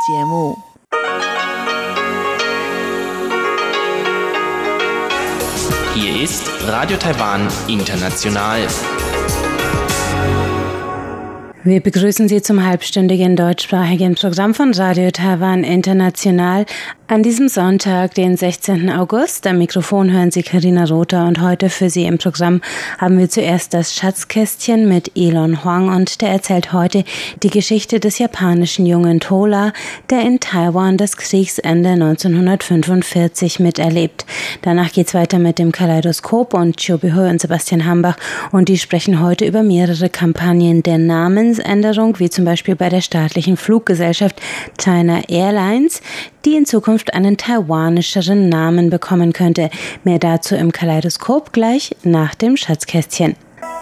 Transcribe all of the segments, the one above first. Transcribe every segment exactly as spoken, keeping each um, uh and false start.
Hier ist Radio Taiwan International. Wir begrüßen Sie zum halbstündigen deutschsprachigen Programm von Radio Taiwan International an diesem Sonntag, den sechzehnten August. Am Mikrofon hören Sie Carina Rother und heute für Sie im Programm haben wir zuerst das Schatzkästchen mit Elon Huang und der erzählt heute die Geschichte des japanischen Jungen Tola, der in Taiwan das Kriegsende neunzehnhundertfünfundvierzig miterlebt. Danach geht's weiter mit dem Kaleidoskop und Chiu Bihui und Sebastian Hambach und die sprechen heute über mehrere Kampagnen der Namensänderung, wie zum Beispiel bei der staatlichen Fluggesellschaft China Airlines, die in Zukunft einen taiwanischeren Namen bekommen könnte. Mehr dazu im Kaleidoskop gleich nach dem Schatzkästchen.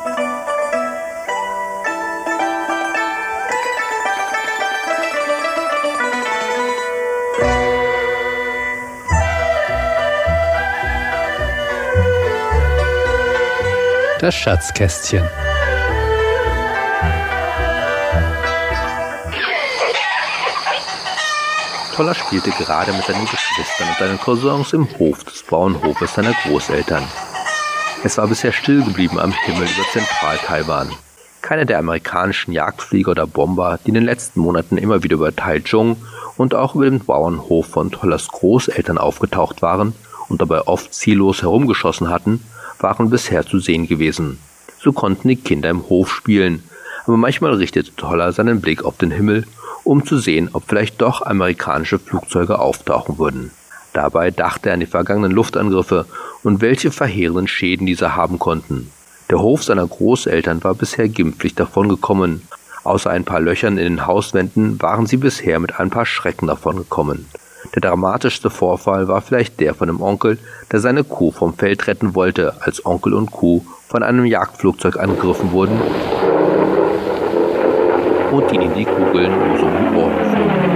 Das Schatzkästchen. Toller spielte gerade mit seinen Geschwistern und seinen Cousins im Hof des Bauernhofes seiner Großeltern. Es war bisher still geblieben am Himmel über Zentral-Taiwan. Keine der amerikanischen Jagdflieger oder Bomber, die in den letzten Monaten immer wieder über Taichung und auch über den Bauernhof von Tollas Großeltern aufgetaucht waren und dabei oft ziellos herumgeschossen hatten, waren bisher zu sehen gewesen. So konnten die Kinder im Hof spielen, aber manchmal richtete Tolla seinen Blick auf den Himmel, um zu sehen, ob vielleicht doch amerikanische Flugzeuge auftauchen würden. Dabei dachte er an die vergangenen Luftangriffe und welche verheerenden Schäden diese haben konnten. Der Hof seiner Großeltern war bisher glimpflich davongekommen. Außer ein paar Löchern in den Hauswänden waren sie bisher mit ein paar Schrecken davongekommen. Der dramatischste Vorfall war vielleicht der von dem Onkel, der seine Kuh vom Feld retten wollte, als Onkel und Kuh von einem Jagdflugzeug angegriffen wurden und ihnen die Kugeln nur so um die Ohren flogen.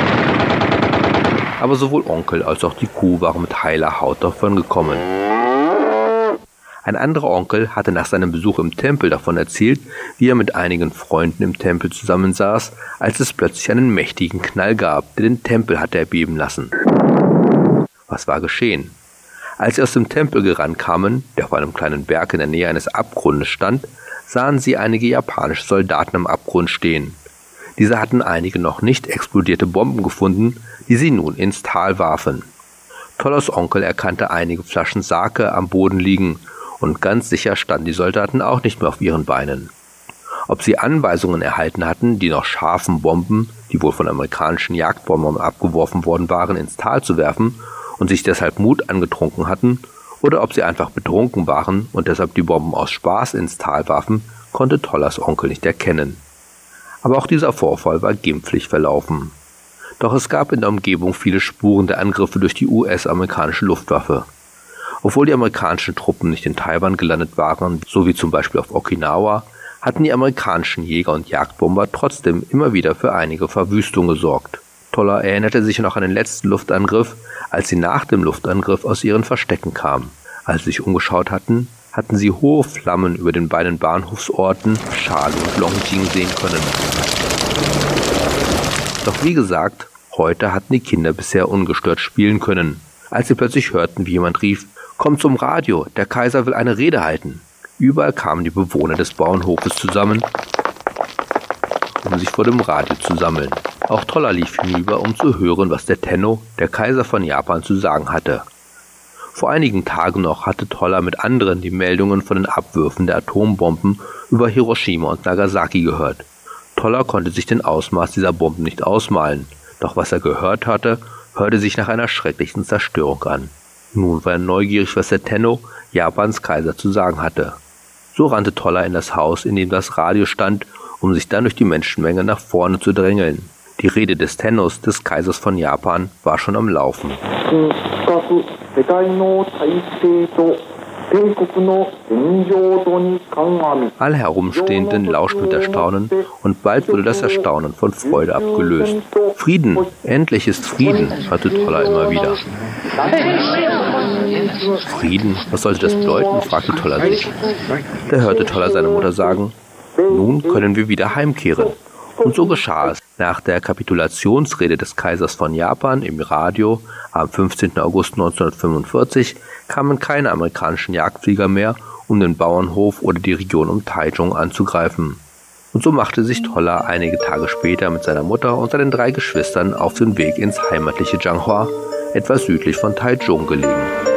Aber sowohl Onkel als auch die Kuh waren mit heiler Haut davongekommen. Ein anderer Onkel hatte nach seinem Besuch im Tempel davon erzählt, wie er mit einigen Freunden im Tempel zusammensaß, als es plötzlich einen mächtigen Knall gab, der den Tempel hatte erbeben lassen. Was war geschehen? Als sie aus dem Tempel gerannt kamen, der auf einem kleinen Berg in der Nähe eines Abgrundes stand, sahen sie einige japanische Soldaten am Abgrund stehen. Diese hatten einige noch nicht explodierte Bomben gefunden, die sie nun ins Tal warfen. Tollas Onkel erkannte einige Flaschen Sake am Boden liegen, und ganz sicher standen die Soldaten auch nicht mehr auf ihren Beinen. Ob sie Anweisungen erhalten hatten, die noch scharfen Bomben, die wohl von amerikanischen Jagdbombern abgeworfen worden waren, ins Tal zu werfen und sich deshalb Mut angetrunken hatten, oder ob sie einfach betrunken waren und deshalb die Bomben aus Spaß ins Tal warfen, konnte Tollas Onkel nicht erkennen. Aber auch dieser Vorfall war glimpflich verlaufen. Doch es gab in der Umgebung viele Spuren der Angriffe durch die U S-amerikanische Luftwaffe. Obwohl die amerikanischen Truppen nicht in Taiwan gelandet waren, so wie zum Beispiel auf Okinawa, hatten die amerikanischen Jäger und Jagdbomber trotzdem immer wieder für einige Verwüstung gesorgt. Tolla erinnerte sich noch an den letzten Luftangriff, als sie nach dem Luftangriff aus ihren Verstecken kamen. Als sie sich umgeschaut hatten, hatten sie hohe Flammen über den beiden Bahnhofsorten Schal und Longjing sehen können. Doch wie gesagt, heute hatten die Kinder bisher ungestört spielen können, als sie plötzlich hörten, wie jemand rief: »Kommt zum Radio, der Kaiser will eine Rede halten.« Überall kamen die Bewohner des Bauernhofes zusammen, um sich vor dem Radio zu sammeln. Auch Tolla lief hinüber, um zu hören, was der Tenno, der Kaiser von Japan, zu sagen hatte. Vor einigen Tagen noch hatte Tolla mit anderen die Meldungen von den Abwürfen der Atombomben über Hiroshima und Nagasaki gehört. Tolla konnte sich den Ausmaß dieser Bomben nicht ausmalen, doch was er gehört hatte, hörte sich nach einer schrecklichen Zerstörung an. Nun war er neugierig, was der Tenno, Japans Kaiser, zu sagen hatte. So rannte Tolla in das Haus, in dem das Radio stand, um sich dann durch die Menschenmenge nach vorne zu drängeln. Die Rede des Tennos, des Kaisers von Japan, war schon am Laufen. Alle Herumstehenden lauschten mit Erstaunen, und bald wurde das Erstaunen von Freude abgelöst. Frieden, endlich ist Frieden, hörte Tolla immer wieder. Frieden, was sollte das bedeuten, fragte Tolla sich. Da hörte Tolla seine Mutter sagen: Nun können wir wieder heimkehren. Und so geschah es. Nach der Kapitulationsrede des Kaisers von Japan im Radio am fünfzehnten August neunzehnhundertfünfundvierzig kamen keine amerikanischen Jagdflieger mehr, um den Bauernhof oder die Region um Taichung anzugreifen. Und so machte sich Toller einige Tage später mit seiner Mutter und seinen drei Geschwistern auf den Weg ins heimatliche Changhua, etwas südlich von Taichung gelegen.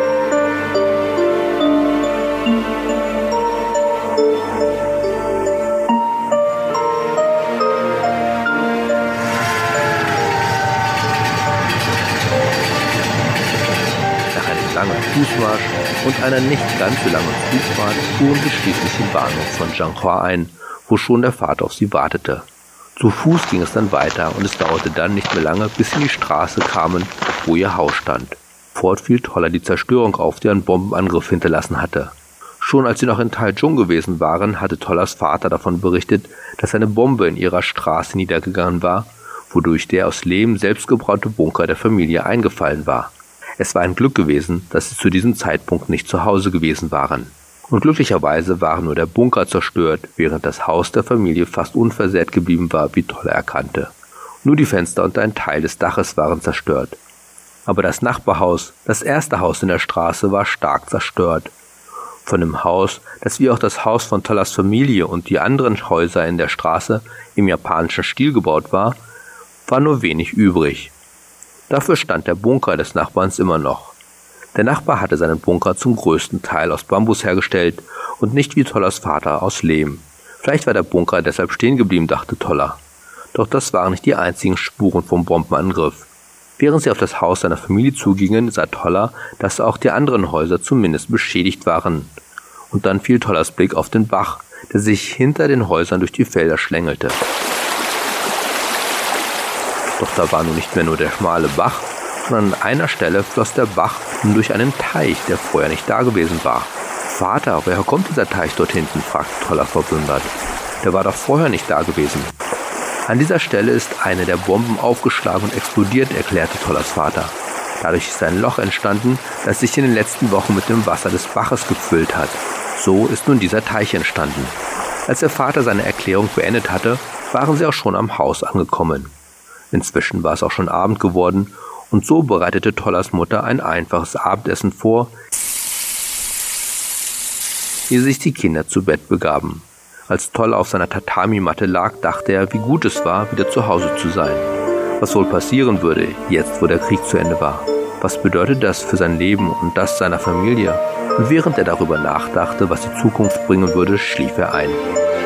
Langer Fußmarsch und einer nicht ganz so langen Zugfahrt fuhren sie schließlich im Bahnhof von Changhua ein, wo schon der Vater auf sie wartete. Zu Fuß ging es dann weiter und es dauerte dann nicht mehr lange, bis sie in die Straße kamen, wo ihr Haus stand. Fort fiel Toller die Zerstörung auf, die ein Bombenangriff hinterlassen hatte. Schon als sie noch in Taichung gewesen waren, hatte Tollers Vater davon berichtet, dass eine Bombe in ihrer Straße niedergegangen war, wodurch der aus Lehm selbstgebraute Bunker der Familie eingefallen war. Es war ein Glück gewesen, dass sie zu diesem Zeitpunkt nicht zu Hause gewesen waren. Und glücklicherweise war nur der Bunker zerstört, während das Haus der Familie fast unversehrt geblieben war, wie Toller erkannte. Nur die Fenster und ein Teil des Daches waren zerstört. Aber das Nachbarhaus, das erste Haus in der Straße, war stark zerstört. Von dem Haus, das wie auch das Haus von Tollers Familie und die anderen Häuser in der Straße im japanischen Stil gebaut war, war nur wenig übrig. Dafür stand der Bunker des Nachbarns immer noch. Der Nachbar hatte seinen Bunker zum größten Teil aus Bambus hergestellt und nicht wie Tollers Vater aus Lehm. Vielleicht war der Bunker deshalb stehen geblieben, dachte Toller. Doch das waren nicht die einzigen Spuren vom Bombenangriff. Während sie auf das Haus seiner Familie zugingen, sah Toller, dass auch die anderen Häuser zumindest beschädigt waren. Und dann fiel Tollers Blick auf den Bach, der sich hinter den Häusern durch die Felder schlängelte. Doch da war nun nicht mehr nur der schmale Bach, sondern an einer Stelle floss der Bach nun durch einen Teich, der vorher nicht da gewesen war. »Vater, woher kommt dieser Teich dort hinten?« fragte Toller verwundert. »Der war doch vorher nicht da gewesen.« »An dieser Stelle ist eine der Bomben aufgeschlagen und explodiert«, erklärte Tollers Vater. »Dadurch ist ein Loch entstanden, das sich in den letzten Wochen mit dem Wasser des Baches gefüllt hat. So ist nun dieser Teich entstanden.« Als der Vater seine Erklärung beendet hatte, waren sie auch schon am Haus angekommen. Inzwischen war es auch schon Abend geworden und so bereitete Tollers Mutter ein einfaches Abendessen vor, ehe sich die Kinder zu Bett begaben. Als Toller auf seiner Tatami-Matte lag, dachte er, wie gut es war, wieder zu Hause zu sein. Was wohl passieren würde, jetzt wo der Krieg zu Ende war. Was bedeutet das für sein Leben und das seiner Familie? Und während er darüber nachdachte, was die Zukunft bringen würde, schlief er ein.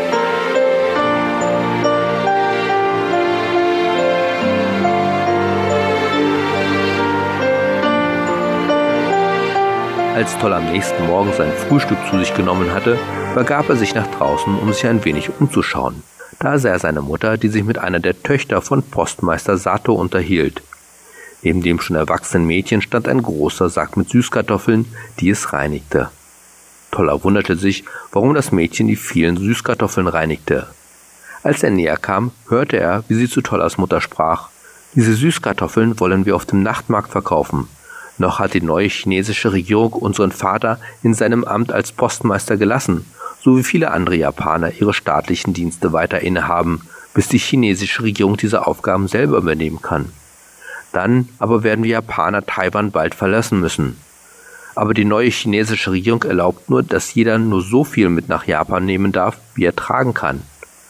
Als Toller am nächsten Morgen sein Frühstück zu sich genommen hatte, begab er sich nach draußen, um sich ein wenig umzuschauen. Da sah er seine Mutter, die sich mit einer der Töchter von Postmeister Sato unterhielt. Neben dem schon erwachsenen Mädchen stand ein großer Sack mit Süßkartoffeln, die es reinigte. Toller wunderte sich, warum das Mädchen die vielen Süßkartoffeln reinigte. Als er näher kam, hörte er, wie sie zu Tollers Mutter sprach: »Diese Süßkartoffeln wollen wir auf dem Nachtmarkt verkaufen. Noch hat die neue chinesische Regierung unseren Vater in seinem Amt als Postmeister gelassen, so wie viele andere Japaner ihre staatlichen Dienste weiter innehaben, bis die chinesische Regierung diese Aufgaben selber übernehmen kann. Dann aber werden wir Japaner Taiwan bald verlassen müssen. Aber die neue chinesische Regierung erlaubt nur, dass jeder nur so viel mit nach Japan nehmen darf, wie er tragen kann.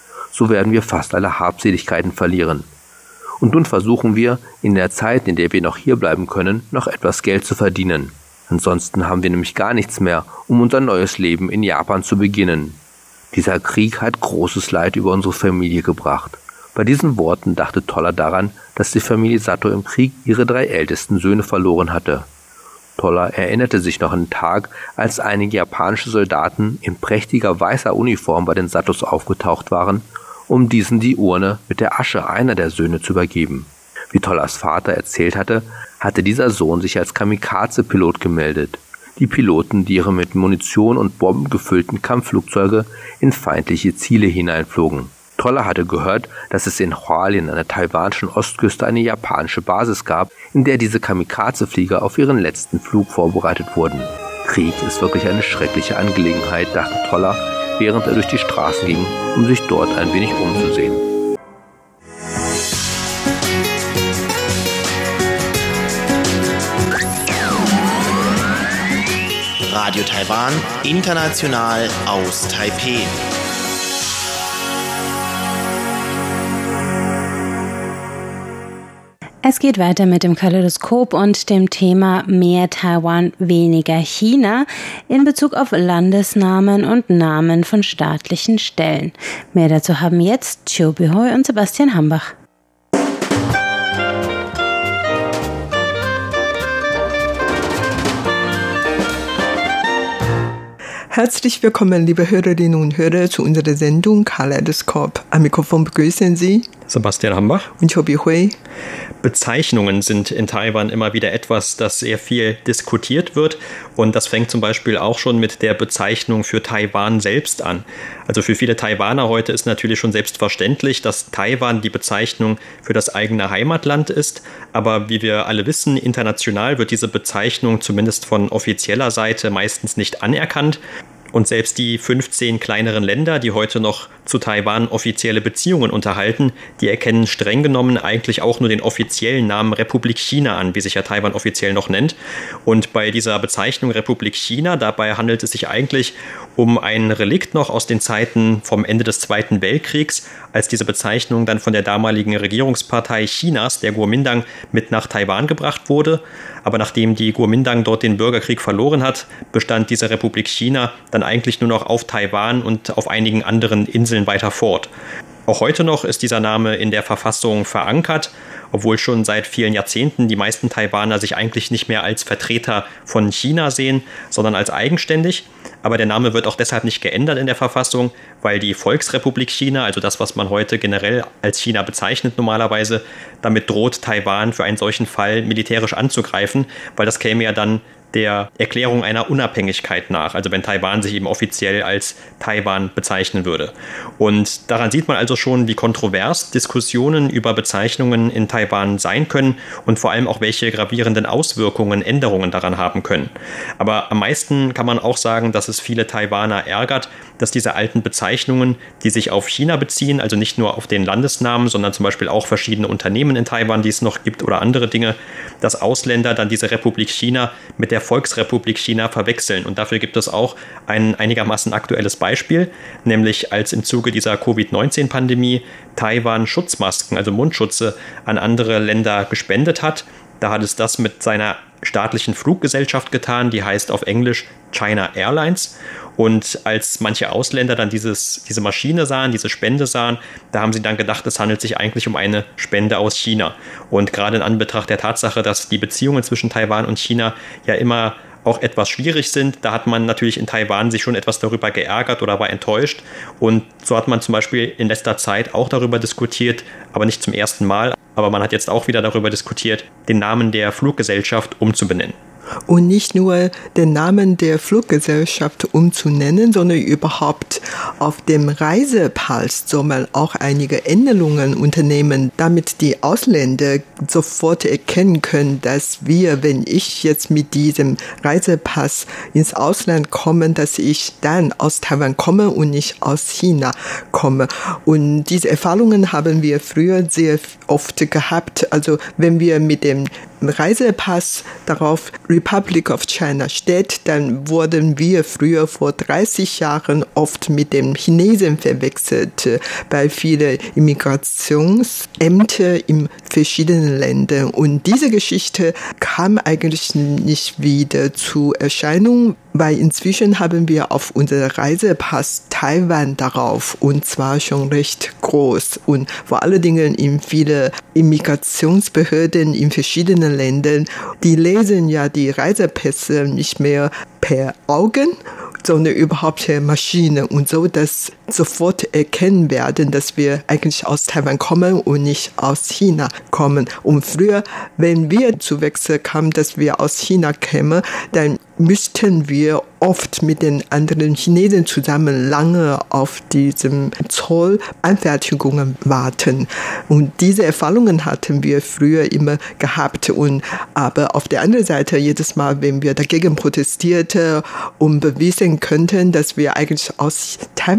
So werden wir fast alle Habseligkeiten verlieren. Und nun versuchen wir, in der Zeit, in der wir noch hier bleiben können, noch etwas Geld zu verdienen. Ansonsten haben wir nämlich gar nichts mehr, um unser neues Leben in Japan zu beginnen. Dieser Krieg hat großes Leid über unsere Familie gebracht.« Bei diesen Worten dachte Toller daran, dass die Familie Sato im Krieg ihre drei ältesten Söhne verloren hatte. Toller erinnerte sich noch an den Tag, als einige japanische Soldaten in prächtiger weißer Uniform bei den Satos aufgetaucht waren, um diesen die Urne mit der Asche einer der Söhne zu übergeben. Wie Tollers Vater erzählt hatte, hatte dieser Sohn sich als Kamikaze-Pilot gemeldet. Die Piloten, die ihre mit Munition und Bomben gefüllten Kampfflugzeuge in feindliche Ziele hineinflogen. Toller hatte gehört, dass es in Hualien an der taiwanischen Ostküste eine japanische Basis gab, in der diese Kamikaze-Flieger auf ihren letzten Flug vorbereitet wurden. Krieg ist wirklich eine schreckliche Angelegenheit, dachte Toller, während er durch die Straßen ging, um sich dort ein wenig umzusehen. Radio Taiwan, international aus Taipeh. Es geht weiter mit dem Kaleidoskop und dem Thema Mehr Taiwan, weniger China in Bezug auf Landesnamen und Namen von staatlichen Stellen. Mehr dazu haben jetzt Chiu Bihui und Sebastian Hambach. Herzlich willkommen, liebe Hörerinnen und Hörer, zu unserer Sendung Kaleidoskop. Am Mikrofon begrüßen Sie Sebastian Hambach und Chiu Bihui. Bezeichnungen sind in Taiwan immer wieder etwas, das sehr viel diskutiert wird. Und das fängt zum Beispiel auch schon mit der Bezeichnung für Taiwan selbst an. Also für viele Taiwaner heute ist natürlich schon selbstverständlich, dass Taiwan die Bezeichnung für das eigene Heimatland ist. Aber wie wir alle wissen, international wird diese Bezeichnung zumindest von offizieller Seite meistens nicht anerkannt. Und selbst die fünfzehn kleineren Länder, die heute noch zu Taiwan offizielle Beziehungen unterhalten, die erkennen streng genommen eigentlich auch nur den offiziellen Namen Republik China an, wie sich ja Taiwan offiziell noch nennt. Und bei dieser Bezeichnung Republik China, dabei handelt es sich eigentlich um ein Relikt noch aus den Zeiten vom Ende des Zweiten Weltkriegs, als diese Bezeichnung dann von der damaligen Regierungspartei Chinas, der Kuomintang, mit nach Taiwan gebracht wurde. Aber nachdem die Kuomintang dort den Bürgerkrieg verloren hat, bestand diese Republik China dann eigentlich nur noch auf Taiwan und auf einigen anderen Inseln weiter fort. Auch heute noch ist dieser Name in der Verfassung verankert, obwohl schon seit vielen Jahrzehnten die meisten Taiwaner sich eigentlich nicht mehr als Vertreter von China sehen, sondern als eigenständig. Aber der Name wird auch deshalb nicht geändert in der Verfassung, weil die Volksrepublik China, also das, was man heute generell als China bezeichnet normalerweise, damit droht, Taiwan für einen solchen Fall militärisch anzugreifen, weil das käme ja dann der Erklärung einer Unabhängigkeit nach, also wenn Taiwan sich eben offiziell als Taiwan bezeichnen würde. Und daran sieht man also schon, wie kontrovers Diskussionen über Bezeichnungen in Taiwan sein können und vor allem auch, welche gravierenden Auswirkungen Änderungen daran haben können. Aber am meisten kann man auch sagen, dass es viele Taiwaner ärgert, dass diese alten Bezeichnungen, die sich auf China beziehen, also nicht nur auf den Landesnamen, sondern zum Beispiel auch verschiedene Unternehmen in Taiwan, die es noch gibt oder andere Dinge, dass Ausländer dann diese Republik China mit der Volksrepublik China verwechseln. Und dafür gibt es auch ein einigermaßen aktuelles Beispiel, nämlich als im Zuge dieser Covid neunzehn Pandemie Taiwan Schutzmasken, also Mundschutze, an andere Länder gespendet hat. Da hat es das mit seiner staatlichen Fluggesellschaft getan, die heißt auf Englisch China Airlines. Und als manche Ausländer dann dieses, diese Maschine sahen, diese Spende sahen, da haben sie dann gedacht, es handelt sich eigentlich um eine Spende aus China. Und gerade in Anbetracht der Tatsache, dass die Beziehungen zwischen Taiwan und China ja immer auch etwas schwierig sind, da hat man natürlich in Taiwan sich schon etwas darüber geärgert oder war enttäuscht. Und so hat man zum Beispiel in letzter Zeit auch darüber diskutiert, aber nicht zum ersten Mal, aber man hat jetzt auch wieder darüber diskutiert, den Namen der Fluggesellschaft umzubenennen. Und nicht nur den Namen der Fluggesellschaft umzunennen, sondern überhaupt auf dem Reisepass soll man auch einige Änderungen unternehmen, damit die Ausländer sofort erkennen können, dass wir, wenn ich jetzt mit diesem Reisepass ins Ausland komme, dass ich dann aus Taiwan komme und nicht aus China komme. Und diese Erfahrungen haben wir früher sehr oft gehabt. Also wenn wir mit dem Reisepass darauf Republic of China steht, dann wurden wir früher vor dreißig Jahren oft mit dem Chinesen verwechselt bei vielen Immigrationsämtern in verschiedenen Ländern. Und diese Geschichte kam eigentlich nicht wieder zur Erscheinung, weil inzwischen haben wir auf unserem Reisepass Taiwan darauf, und zwar schon recht groß. Und vor allen Dingen in viele Immigrationsbehörden in verschiedenen Ländern, die lesen ja die Reisepässe nicht mehr per Augen, sondern überhaupt per Maschine, und so, dass sofort erkennen werden, dass wir eigentlich aus Taiwan kommen und nicht aus China kommen. Und früher, wenn wir zu Wechsel kamen, dass wir aus China kämen, dann müssten wir oft mit den anderen Chinesen zusammen lange auf diesem Zollanfertigungen warten. Und diese Erfahrungen hatten wir früher immer gehabt. Und aber auf der anderen Seite, jedes Mal, wenn wir dagegen protestierten und bewiesen könnten, dass wir eigentlich aus Taiwan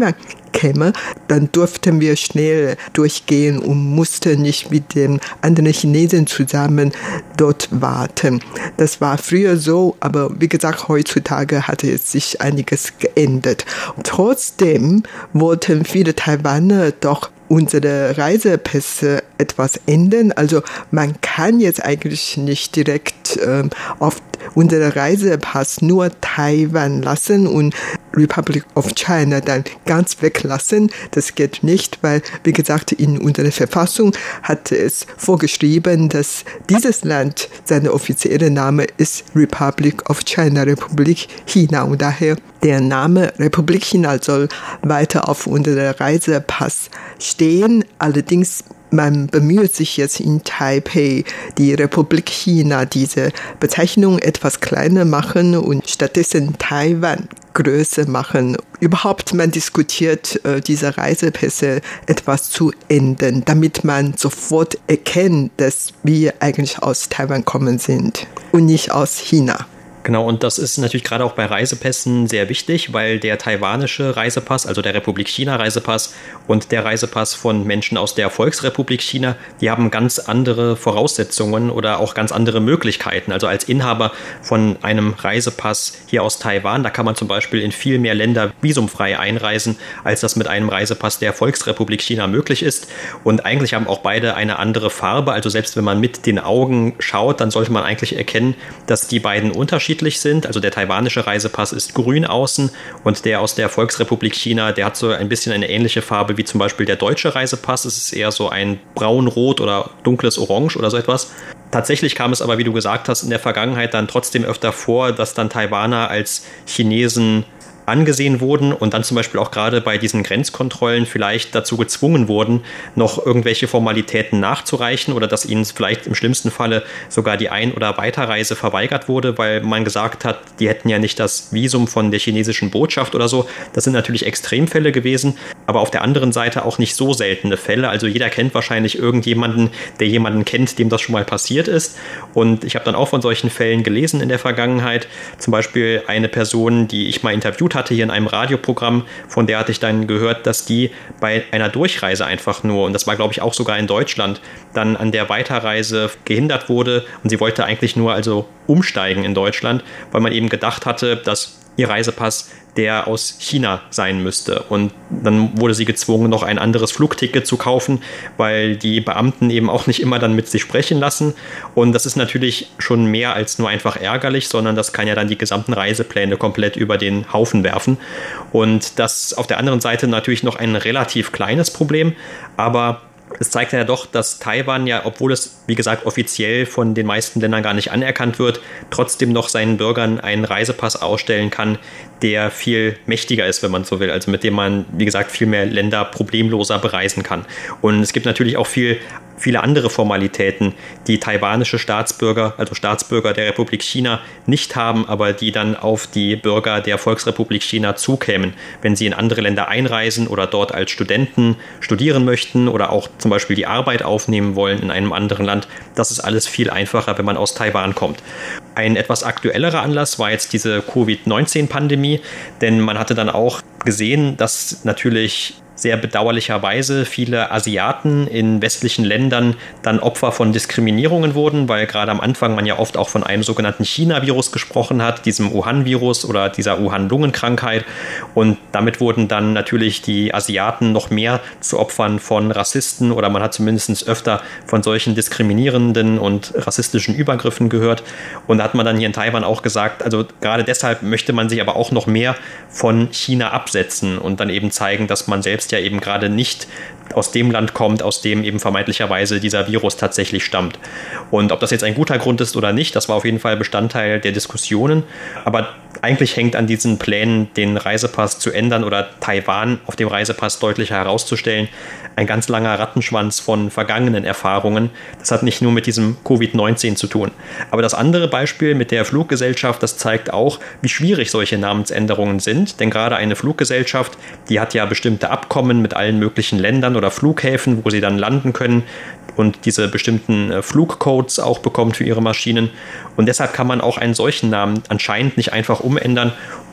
käme, dann durften wir schnell durchgehen und mussten nicht mit den anderen Chinesen zusammen dort warten. Das war früher so, aber wie gesagt, heutzutage hatte es sich einiges geändert. Trotzdem wollten viele Taiwaner doch unsere Reisepässe etwas ändern. Also man kann jetzt eigentlich nicht direkt ähm, auf unsere Reisepass nur Taiwan lassen und Republic of China dann ganz weglassen. Das geht nicht, weil, wie gesagt, in unserer Verfassung hat es vorgeschrieben, dass dieses Land, seine offizielle Name ist Republic of China, Republik China. Und daher der Name Republik China soll weiter auf unserem Reisepass stehen. Allerdings man bemüht sich jetzt in Taipei, die Republik China, diese Bezeichnung etwas kleiner machen und stattdessen Taiwan größer machen. Überhaupt, man diskutiert, äh, diese Reisepässe etwas zu ändern, damit man sofort erkennt, dass wir eigentlich aus Taiwan kommen sind und nicht aus China. Genau, und das ist natürlich gerade auch bei Reisepässen sehr wichtig, weil der taiwanische Reisepass, also der Republik China Reisepass und der Reisepass von Menschen aus der Volksrepublik China, die haben ganz andere Voraussetzungen oder auch ganz andere Möglichkeiten. Also als Inhaber von einem Reisepass hier aus Taiwan, da kann man zum Beispiel in viel mehr Länder visumfrei einreisen, als das mit einem Reisepass der Volksrepublik China möglich ist. Und eigentlich haben auch beide eine andere Farbe. Also selbst wenn man mit den Augen schaut, dann sollte man eigentlich erkennen, dass die beiden unterschiedlich sind. Also der taiwanische Reisepass ist grün außen und der aus der Volksrepublik China, der hat so ein bisschen eine ähnliche Farbe wie zum Beispiel der deutsche Reisepass. Es ist eher so ein braun-rot oder dunkles Orange oder so etwas. Tatsächlich kam es aber, wie du gesagt hast, in der Vergangenheit dann trotzdem öfter vor, dass dann Taiwaner als Chinesen angesehen wurden und dann zum Beispiel auch gerade bei diesen Grenzkontrollen vielleicht dazu gezwungen wurden, noch irgendwelche Formalitäten nachzureichen oder dass ihnen vielleicht im schlimmsten Falle sogar die Ein- oder Weiterreise verweigert wurde, weil man gesagt hat, die hätten ja nicht das Visum von der chinesischen Botschaft oder so. Das sind natürlich Extremfälle gewesen, aber auf der anderen Seite auch nicht so seltene Fälle. Also jeder kennt wahrscheinlich irgendjemanden, der jemanden kennt, dem das schon mal passiert ist. Und ich habe dann auch von solchen Fällen gelesen in der Vergangenheit. Zum Beispiel eine Person, die ich mal interviewt hatte hier in einem Radioprogramm, von der hatte ich dann gehört, dass die bei einer Durchreise einfach nur, und das war glaube ich auch sogar in Deutschland, dann an der Weiterreise gehindert wurde und sie wollte eigentlich nur also umsteigen in Deutschland, weil man eben gedacht hatte, dass ihr Reisepass der aus China sein müsste. Und dann wurde sie gezwungen, noch ein anderes Flugticket zu kaufen, weil die Beamten eben auch nicht immer dann mit sich sprechen lassen. Und das ist natürlich schon mehr als nur einfach ärgerlich, sondern das kann ja dann die gesamten Reisepläne komplett über den Haufen werfen. Und das auf der anderen Seite natürlich noch ein relativ kleines Problem, aber es zeigt ja doch, dass Taiwan ja, obwohl es, wie gesagt, offiziell von den meisten Ländern gar nicht anerkannt wird, trotzdem noch seinen Bürgern einen Reisepass ausstellen kann, der viel mächtiger ist, wenn man so will. Also mit dem man, wie gesagt, viel mehr Länder problemloser bereisen kann. Und es gibt natürlich auch viel, viele andere Formalitäten, die taiwanische Staatsbürger, also Staatsbürger der Republik China, nicht haben, aber die dann auf die Bürger der Volksrepublik China zukämen, wenn sie in andere Länder einreisen oder dort als Studenten studieren möchten oder auch zum Beispiel die Arbeit aufnehmen wollen in einem anderen Land. Das ist alles viel einfacher, wenn man aus Taiwan kommt. Ein etwas aktuellerer Anlass war jetzt diese Covid neunzehn Pandemie, denn man hatte dann auch gesehen, dass natürlich sehr bedauerlicherweise viele Asiaten in westlichen Ländern dann Opfer von Diskriminierungen wurden, weil gerade am Anfang man ja oft auch von einem sogenannten China-Virus gesprochen hat, diesem Wuhan-Virus oder dieser Wuhan-Lungenkrankheit. Und damit wurden dann natürlich die Asiaten noch mehr zu Opfern von Rassisten oder man hat zumindest öfter von solchen diskriminierenden und rassistischen Übergriffen gehört. Und da hat man dann hier in Taiwan auch gesagt, also gerade deshalb möchte man sich aber auch noch mehr von China absetzen und dann eben zeigen, dass man selbst ja eben gerade nicht aus dem Land kommt, aus dem eben vermeintlicherweise dieser Virus tatsächlich stammt. Und ob das jetzt ein guter Grund ist oder nicht, das war auf jeden Fall Bestandteil der Diskussionen. Aber eigentlich hängt an diesen Plänen, den Reisepass zu ändern oder Taiwan auf dem Reisepass deutlicher herauszustellen, ein ganz langer Rattenschwanz von vergangenen Erfahrungen. Das hat nicht nur mit diesem Covid neunzehn zu tun. Aber das andere Beispiel mit der Fluggesellschaft, das zeigt auch, wie schwierig solche Namensänderungen sind. Denn gerade eine Fluggesellschaft, die hat ja bestimmte Abkommen mit allen möglichen Ländern oder Flughäfen, wo sie dann landen können und diese bestimmten Flugcodes auch bekommt für ihre Maschinen. Und deshalb kann man auch einen solchen Namen anscheinend nicht einfach umändern,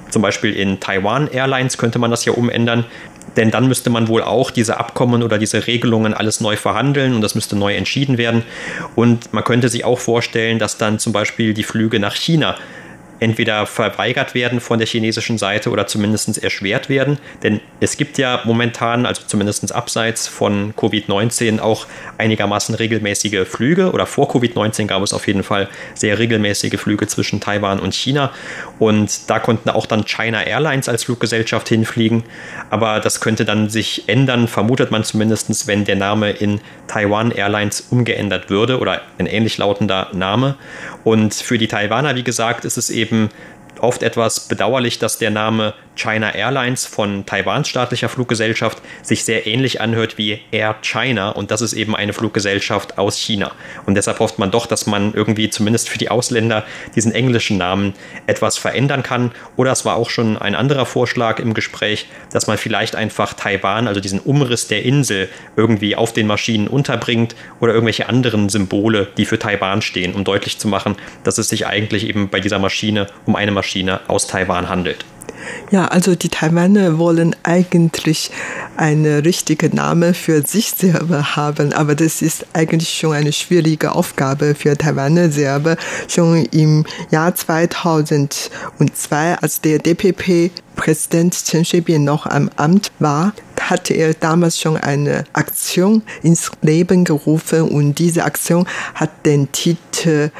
Zum Beispiel in Taiwan Airlines könnte man das ja umändern. Denn dann müsste man wohl auch diese Abkommen oder diese Regelungen alles neu verhandeln und das müsste neu entschieden werden. Und man könnte sich auch vorstellen, dass dann zum Beispiel die Flüge nach China entweder verweigert werden von der chinesischen Seite oder zumindest erschwert werden. Denn es gibt ja momentan, also zumindest abseits von Covid neunzehn, auch einigermaßen regelmäßige Flüge. Oder vor Covid neunzehn gab es auf jeden Fall sehr regelmäßige Flüge zwischen Taiwan und China. Und da konnten auch dann China Airlines als Fluggesellschaft hinfliegen. Aber das könnte dann sich ändern, vermutet man zumindest, wenn der Name in Taiwan Airlines umgeändert würde oder ein ähnlich lautender Name. Und für die Taiwaner, wie gesagt, ist es eben oft etwas bedauerlich, dass der Name China Airlines von Taiwans staatlicher Fluggesellschaft sich sehr ähnlich anhört wie Air China und das ist eben eine Fluggesellschaft aus China. Und deshalb hofft man doch, dass man irgendwie zumindest für die Ausländer diesen englischen Namen etwas verändern kann. Oder es war auch schon ein anderer Vorschlag im Gespräch, dass man vielleicht einfach Taiwan, also diesen Umriss der Insel, irgendwie auf den Maschinen unterbringt oder irgendwelche anderen Symbole, die für Taiwan stehen, um deutlich zu machen, dass es sich eigentlich eben bei dieser Maschine um eine Maschine aus Taiwan handelt. Ja, also die Taiwaner wollen eigentlich einen richtigen Namen für sich selber haben, aber das ist eigentlich schon eine schwierige Aufgabe für Taiwaner selber. Schon im Jahr zweitausendzwei, als der D P P-Präsident Chen Shui-bian noch am Amt war, hatte er damals schon eine Aktion ins Leben gerufen und diese Aktion hat den Titel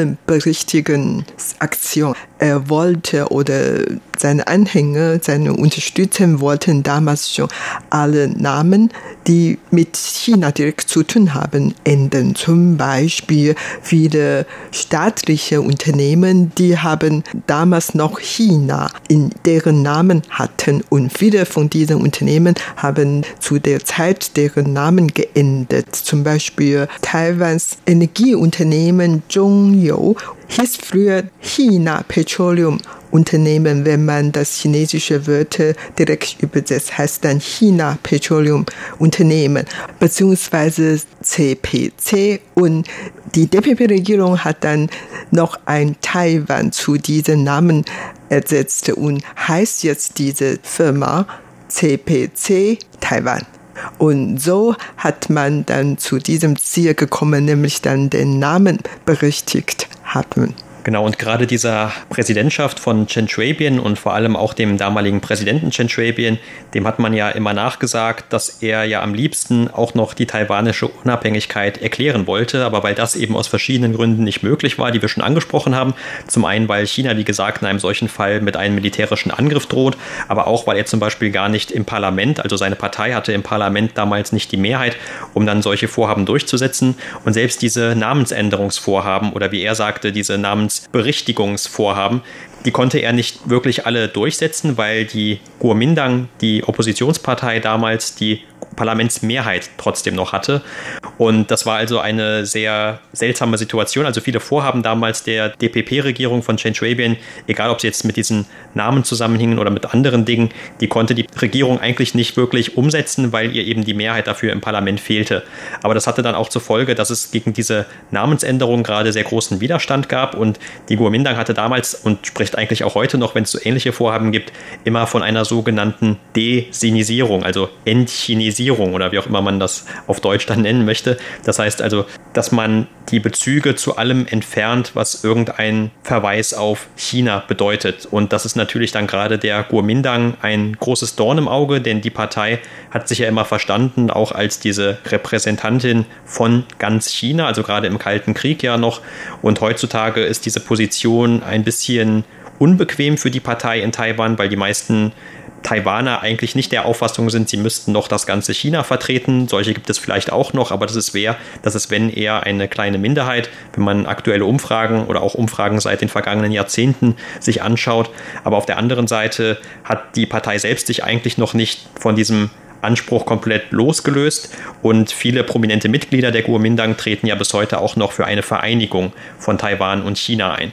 Namenberichtigungsaktion. Er wollte oder seine Anhänger, seine Unterstützer wollten damals schon alle Namen, die mit China direkt zu tun haben, ändern. Zum Beispiel viele staatliche Unternehmen, die haben damals noch China in deren Namen hatten und viele von diesen Unternehmen haben zu der Zeit deren Namen geändert. Zum Beispiel Taiwans Energieunternehmen Zhongyou hieß früher China Petroleum Unternehmen, wenn man das chinesische Wörter direkt übersetzt, heißt dann China Petroleum Unternehmen, beziehungsweise C P C. Und die D P P-Regierung hat dann noch ein Taiwan zu diesem Namen ersetzt und heißt jetzt diese Firma C P C Taiwan. Und so hat man dann zu diesem Ziel gekommen, nämlich dann den Namen berichtigt haben. Genau, und gerade dieser Präsidentschaft von Chen Shui-bian und vor allem auch dem damaligen Präsidenten Chen Shui-bian, dem hat man ja immer nachgesagt, dass er ja am liebsten auch noch die taiwanische Unabhängigkeit erklären wollte, aber weil das eben aus verschiedenen Gründen nicht möglich war, die wir schon angesprochen haben. Zum einen, weil China, wie gesagt, in einem solchen Fall mit einem militärischen Angriff droht, aber auch, weil er zum Beispiel gar nicht im Parlament, also seine Partei hatte im Parlament damals nicht die Mehrheit, um dann solche Vorhaben durchzusetzen. Und selbst diese Namensänderungsvorhaben oder wie er sagte, diese Namens Berichtigungsvorhaben, die konnte er nicht wirklich alle durchsetzen, weil die Kuomintang, die Oppositionspartei damals, die Parlamentsmehrheit trotzdem noch hatte. Und das war also eine sehr seltsame Situation. Also viele Vorhaben damals der D P P-Regierung von Chen Shui-bian, egal ob sie jetzt mit diesen Namen zusammenhingen oder mit anderen Dingen, die konnte die Regierung eigentlich nicht wirklich umsetzen, weil ihr eben die Mehrheit dafür im Parlament fehlte. Aber das hatte dann auch zur Folge, dass es gegen diese Namensänderung gerade sehr großen Widerstand gab und die Kuomintang hatte damals und spricht eigentlich auch heute noch, wenn es so ähnliche Vorhaben gibt, immer von einer sogenannten De-Sinisierung, also Entchinisierung oder wie auch immer man das auf Deutsch dann nennen möchte. Das heißt also, dass man die Bezüge zu allem entfernt, was irgendein Verweis auf China bedeutet. Und das ist natürlich dann gerade der Kuomintang ein großes Dorn im Auge, denn die Partei hat sich ja immer verstanden, auch als diese Repräsentantin von ganz China, also gerade im Kalten Krieg ja noch. Und heutzutage ist diese Position ein bisschen unbequem für die Partei in Taiwan, weil die meisten Taiwaner eigentlich nicht der Auffassung sind, sie müssten noch das ganze China vertreten. Solche gibt es vielleicht auch noch, aber das ist wer, das ist wenn eher eine kleine Minderheit, wenn man aktuelle Umfragen oder auch Umfragen seit den vergangenen Jahrzehnten sich anschaut. Aber auf der anderen Seite hat die Partei selbst sich eigentlich noch nicht von diesem Anspruch komplett losgelöst und viele prominente Mitglieder der Kuomintang treten ja bis heute auch noch für eine Vereinigung von Taiwan und China ein.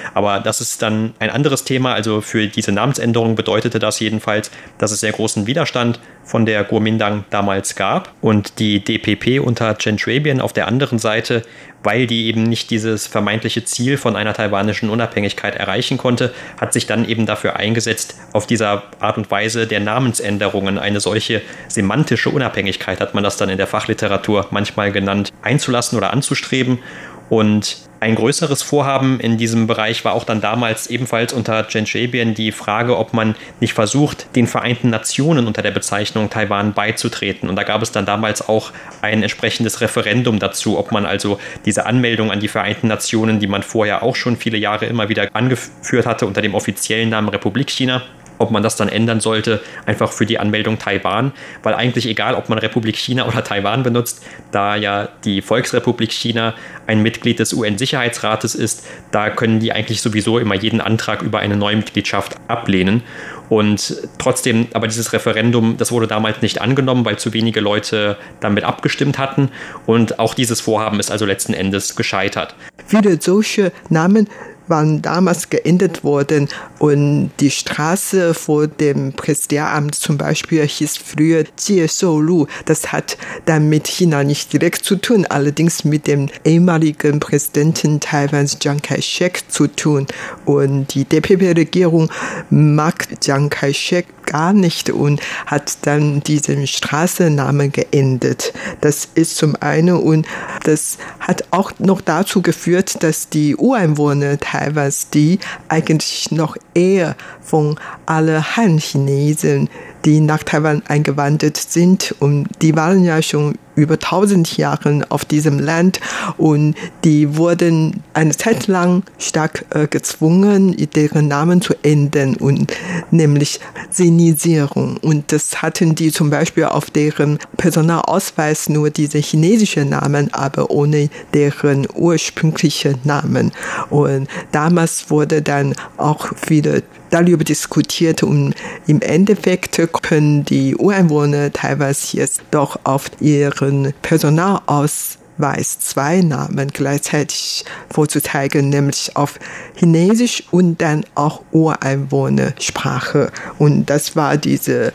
Aber das ist dann ein anderes Thema. Also für diese Namensänderung bedeutete das jedenfalls, dass es sehr großen Widerstand von der Kuomintang damals gab. Und die D P P unter Chen Shui-bian auf der anderen Seite, weil die eben nicht dieses vermeintliche Ziel von einer taiwanischen Unabhängigkeit erreichen konnte, hat sich dann eben dafür eingesetzt, auf dieser Art und Weise der Namensänderungen eine solche semantische Unabhängigkeit, hat man das dann in der Fachliteratur manchmal genannt, einzulassen oder anzustreben. Und ein größeres Vorhaben in diesem Bereich war auch dann damals ebenfalls unter Chen Shui-bian die Frage, ob man nicht versucht, den Vereinten Nationen unter der Bezeichnung Taiwan beizutreten. Und da gab es dann damals auch ein entsprechendes Referendum dazu, ob man also diese Anmeldung an die Vereinten Nationen, die man vorher auch schon viele Jahre immer wieder angeführt hatte unter dem offiziellen Namen Republik China, ob man das dann ändern sollte, einfach für die Anmeldung Taiwan, weil eigentlich egal, ob man Republik China oder Taiwan benutzt, da ja die Volksrepublik China ein Mitglied des U N-Sicherheitsrates ist, da können die eigentlich sowieso immer jeden Antrag über eine Neumitgliedschaft ablehnen. Und trotzdem, aber dieses Referendum, das wurde damals nicht angenommen, weil zu wenige Leute damit abgestimmt hatten. Und auch dieses Vorhaben ist also letzten Endes gescheitert. Viele solche Namen waren damals geändert worden und die Straße vor dem Präsidialamt zum Beispiel hieß früher Jie Shou-Lu. Das hat dann mit China nicht direkt zu tun, allerdings mit dem ehemaligen Präsidenten Taiwans Chiang Kai-shek zu tun. Und die D P P-Regierung mag Chiang Kai-shek gar nicht und hat dann diesen Straßennamen geändert. Das ist zum einen und das hat auch noch dazu geführt, dass die Ureinwohner Taiwans, die eigentlich noch eher von alle Han-Chinesen, die nach Taiwan eingewandert sind, und die waren ja schon über tausend Jahre auf diesem Land und die wurden eine Zeit lang stark äh, gezwungen, deren Namen zu ändern, und nämlich Sinisierung. Und das hatten die zum Beispiel auf deren Personalausweis nur diese chinesischen Namen, aber ohne deren ursprünglichen Namen. Und damals wurde dann auch viele darüber diskutiert und im Endeffekt können die Ureinwohner Taiwans jetzt doch auf ihren Personalausweis zwei Namen gleichzeitig vorzuzeigen, nämlich auf Chinesisch und dann auch Ureinwohnersprache. Und das war diese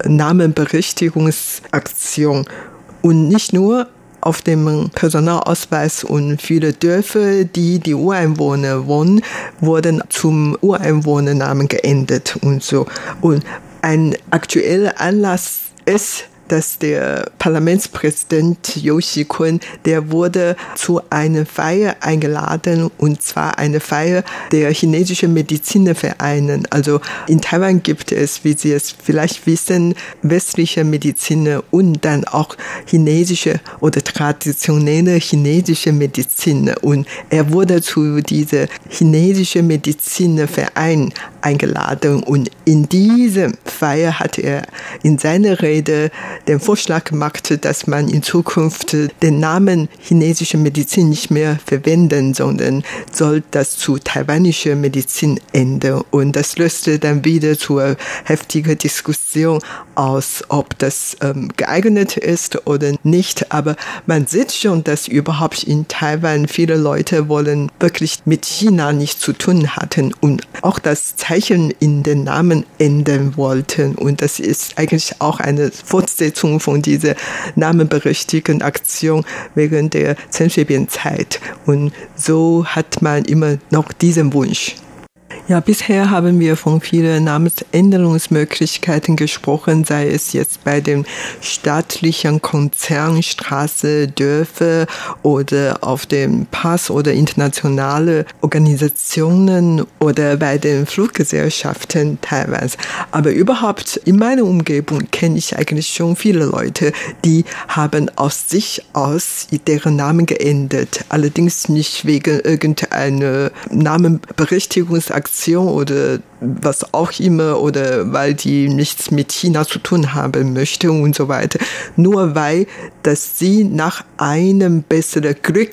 Namenberichtigungsaktion. Und nicht nur auf dem Personalausweis, und viele Dörfer, die die Ureinwohner wohnen, wurden zum Ureinwohnernamen geändert und so. Und ein aktueller Anlass ist, dass der Parlamentspräsident Yu Xikun, der wurde zu einer Feier eingeladen, und zwar eine Feier der chinesischen Medizinervereine. Also in Taiwan gibt es, wie Sie es vielleicht wissen, westliche Mediziner und dann auch chinesische oder traditionelle chinesische Mediziner. Und er wurde zu dieser chinesischen Medizinerverein eingeladen, und in dieser Feier hat er in seiner Rede den Vorschlag gemacht, dass man in Zukunft den Namen chinesische Medizin nicht mehr verwenden, sondern soll das zu taiwanischer Medizin ändern. Und das löste dann wieder zu einer heftigen Diskussion aus, ob das ähm, geeignet ist oder nicht. Aber man sieht schon, dass überhaupt in Taiwan viele Leute wollen wirklich mit China nichts zu tun hatten und auch das Zeichen in den Namen ändern wollten. Und das ist eigentlich auch eine Fortsetzung von dieser namenberichtigenden Aktion während der Chen Shui-bian-Zeit. Und so hat man immer noch diesen Wunsch. Ja, bisher haben wir von vielen Namensänderungsmöglichkeiten gesprochen, sei es jetzt bei den staatlichen Konzernen, Straße, Dörfer oder auf dem Pass oder internationale Organisationen oder bei den Fluggesellschaften Taiwans. Aber überhaupt in meiner Umgebung kenne ich eigentlich schon viele Leute, die haben aus sich aus deren Namen geändert. Allerdings nicht wegen irgendeiner Namenberichtigungsaktion oder was auch immer, oder weil die nichts mit China zu tun haben möchte und so weiter. Nur weil, dass sie nach einem besseren Glück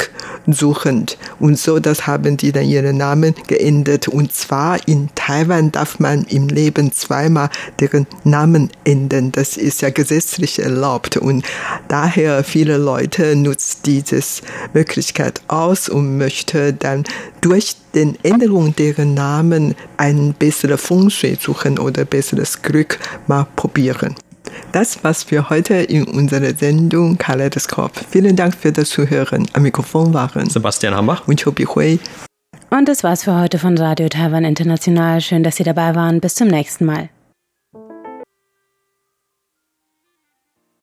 suchend. Und so, das haben die dann ihren Namen geändert. Und zwar in Taiwan darf man im Leben zweimal deren Namen ändern. Das ist ja gesetzlich erlaubt. Und daher viele Leute nutzen diese Möglichkeit aus und möchten dann durch die Änderung deren Namen ein besseres Feng Shui suchen oder besseres Glück mal probieren. Das war's für heute in unserer Sendung Kaleidoskop. Vielen Dank für das Zuhören. Am Mikrofon waren Sebastian Hambach und Chobi Hui. Und das war's für heute von Radio Taiwan International. Schön, dass Sie dabei waren. Bis zum nächsten Mal.